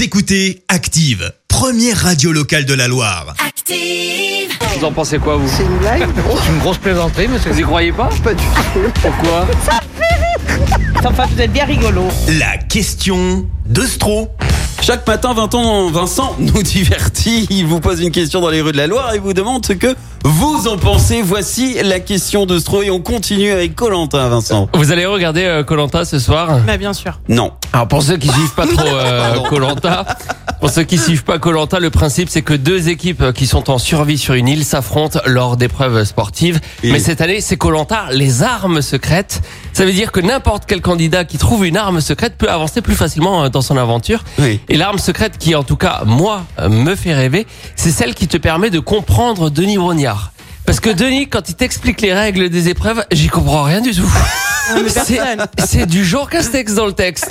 Vous écoutez Active, première radio locale de la Loire. Active. Vous en pensez quoi, vous? C'est une blague? C'est une grosse plaisanterie, monsieur. Vous y croyez pas? Pas du tout. Pourquoi? Enfin, vous êtes bien rigolo. La question de Stro. Chaque matin, Vincent nous divertit. Il vous pose une question dans les rues de la Loire et vous demande ce que vous en pensez. Voici la question de Stro et on continue avec Koh-Lanta, Vincent. Vous allez regarder Koh-Lanta ce soir? Bah, bien sûr. Non. Alors pour ceux qui suivent pas trop Koh-Lanta, le principe c'est que deux équipes qui sont en survie sur une île s'affrontent lors d'épreuves sportives. Et Mais cette année, c'est Koh-Lanta, les armes secrètes. Ça veut dire que n'importe quel candidat qui trouve une arme secrète peut avancer plus facilement dans son aventure. Oui. Et l'arme secrète qui, en tout cas, moi, me fait rêver, c'est celle qui te permet de comprendre Denis Brognard. Parce que Denis, quand il t'explique les règles des épreuves, j'y comprends rien du tout. C'est du Jean Castex dans le texte.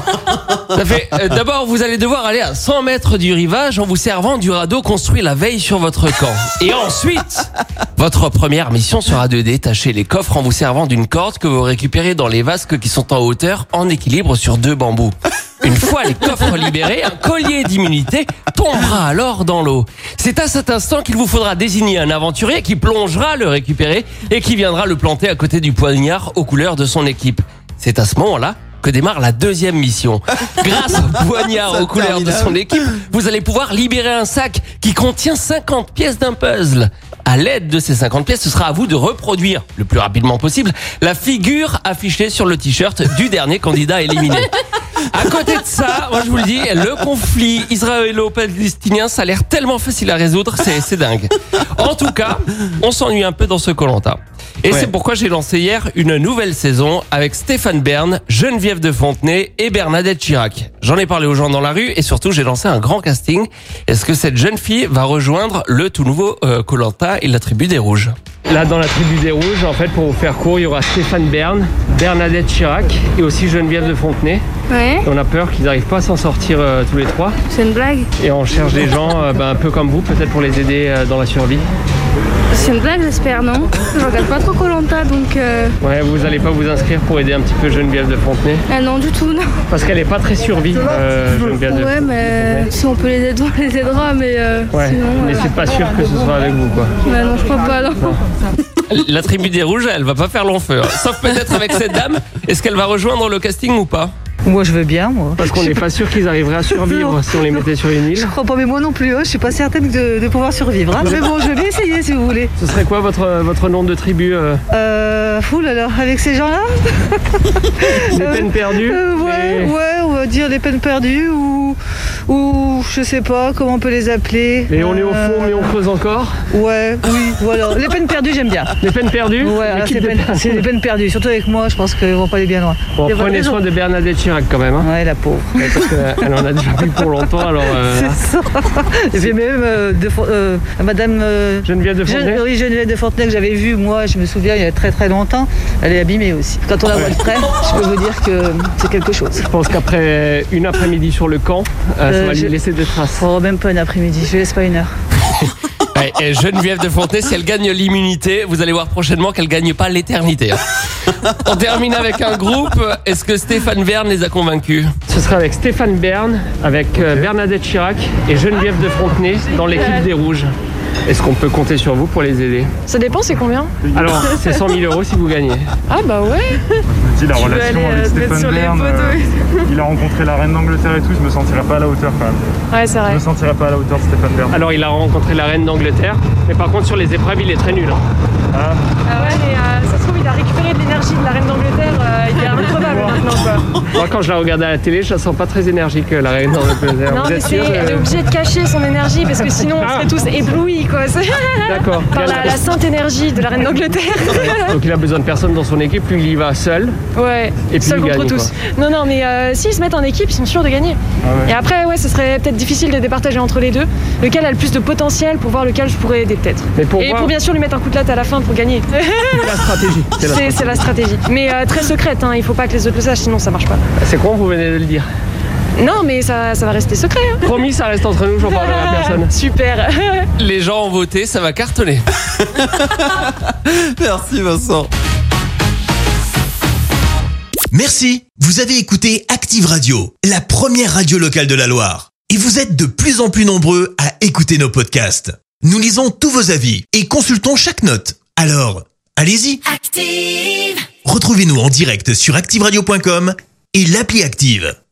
Ça fait, d'abord, vous allez devoir aller à 100 mètres du rivage en vous servant du radeau construit la veille sur votre camp. Et ensuite, votre première mission sera de détacher les coffres en vous servant d'une corde que vous récupérez dans les vasques qui sont en hauteur, en équilibre sur deux bambous. Une fois les coffres libérés, un collier d'immunité tombera alors dans l'eau. C'est à cet instant qu'il vous faudra désigner un aventurier qui plongera le récupérer et qui viendra le planter à côté du poignard aux couleurs de son équipe. C'est à ce moment-là que démarre la deuxième mission. Grâce au poignard aux couleurs de son équipe, vous allez pouvoir libérer un sac qui contient 50 pièces d'un puzzle. À l'aide de ces 50 pièces, ce sera à vous de reproduire le plus rapidement possible la figure affichée sur le t-shirt du dernier candidat éliminé. À côté de ça, moi je vous le dis, le conflit israélo-palestinien, ça a l'air tellement facile à résoudre, c'est dingue. En tout cas, on s'ennuie un peu dans ce Koh-Lanta. Et c'est pourquoi j'ai lancé hier une nouvelle saison avec Stéphane Bern, Geneviève de Fontenay et Bernadette Chirac. J'en ai parlé aux gens dans la rue et surtout j'ai lancé un grand casting. Est-ce que cette jeune fille va rejoindre le tout nouveau Koh-Lanta et la tribu des Rouges? Là, dans la tribu des Rouges, en fait, pour vous faire court, il y aura Stéphane Bern, Bernadette Chirac et aussi Geneviève de Fontenay. Ouais, Et on a peur qu'ils n'arrivent pas à s'en sortir tous les trois. c'est une blague. Et on cherche des gens un peu comme vous, peut-être pour les aider dans la survie. C'est une blague, j'espère, non? Je regarde pas trop Koh-Lanta, donc Ouais, vous allez pas vous inscrire pour aider un petit peu Geneviève de Fontenay? ah non, du tout, non. Parce qu'elle est pas très survie, Geneviève de Ouais, mais si on peut les aider, on les aidera, mais Ouais, sinon... mais c'est pas sûr que ce soit avec vous, quoi. Ouais, non, je crois pas, non. La tribu des Rouges, elle va pas faire long feu. Sauf peut-être avec cette dame. Est-ce qu'elle va rejoindre le casting ou pas? Moi, je veux bien, moi. Parce qu'on n'est pas sûr qu'ils arriveraient à survivre si on les mettait sur une Je île. crois pas, mais moi non plus. Je suis pas certaine de pouvoir survivre. Hein. Mais bon, je vais bien essayer si vous voulez. Ce serait quoi votre nom de tribu Fou là là, avec ces gens-là. Les peines perdues Ouais, on va dire les peines perdues ou je sais pas comment on peut les appeler. Et on est au fond, mais on creuse encore. Ouais, oui, voilà. Les peines perdues, j'aime bien. Les peines perdues? Ouais, alors, L'équipe des c'est les peines perdues. Surtout avec moi, je pense qu'ils vont pas aller bien loin. Bon, Il y a prenez raison. soin de Bernadette Chirac quand même. Hein. Ouais, la pauvre. Ouais, parce qu'elle en a déjà vu pour longtemps, alors... C'est ça. Et puis même Madame Geneviève de Fontenay? oui, Geneviève de Fontenay que j'avais vue, moi, je me souviens, il y a très très longtemps, elle est abîmée aussi. Quand on la voit de près, je peux vous dire que c'est quelque chose. Je pense qu'après une après-midi sur le camp, ça va lui laisser des traces. Oh, même pas un après-midi, je laisse pas une heure. Ouais, et Geneviève de Fontenay, si elle gagne l'immunité, vous allez voir prochainement qu'elle gagne pas l'éternité. Hein. On termine avec un groupe. Est-ce que Stéphane Bern les a convaincus? Ce sera avec Stéphane Bern, avec Bernadette Chirac et Geneviève de Fontenay dans l'équipe des Rouges. Est-ce qu'on peut compter sur vous pour les aider? Ça dépend, c'est combien? Alors, c'est 100 000 € si vous gagnez. Ah bah ouais. Si la relation aller, avec se mettre Stéphane sur les Bern, photos. il a rencontré la reine d'Angleterre et tout, je me sentirais pas à la hauteur quand même. Ouais, c'est Je vrai. me sentirais pas à la hauteur de Stéphane Bern. Alors, il a rencontré la reine d'Angleterre, mais par contre, sur les épreuves, il est très nul. Hein. Ah, Ah ouais, mais ça se trouve, il a récupéré de l'énergie de la reine d'Angleterre. Il est incroyable maintenant, quoi. Moi, quand je la regarde à la télé, je la sens pas très énergique, la reine d'Angleterre. Non, Vous mais êtes sûr elle est obligée de cacher son énergie parce que sinon on serait tous éblouis, quoi. D'accord. Par la sainte énergie de la reine d'Angleterre. Donc, il a besoin de personne dans son équipe, lui, il y va seul. Ouais, Et puis seul il contre gagne, tous. Non, non, mais s'ils se mettent en équipe, ils sont sûrs de gagner. ouais. Et après, ouais, ce serait peut-être difficile de départager entre les deux. Lequel a le plus de potentiel pour voir lequel je pourrais aider peut-être. Mais pour Et moi, pour bien sûr lui mettre un coup de latte à la fin pour gagner. c'est la stratégie. C'est la stratégie. Mais très secrète, hein. Il faut pas que les autres le sachent, sinon ça marche pas. C'est con, vous venez de le dire. Non, mais ça va rester secret. Hein. Promis, ça reste entre nous, j'en parlerai à personne. Super. Les gens ont voté, ça va cartonner. Merci Vincent. Merci. Vous avez écouté Active Radio, la première radio locale de la Loire. Et vous êtes de plus en plus nombreux à écouter nos podcasts. Nous lisons tous vos avis et consultons chaque note. Alors, allez-y. Active. Retrouvez-nous en direct sur activeradio.com et l'appli Active.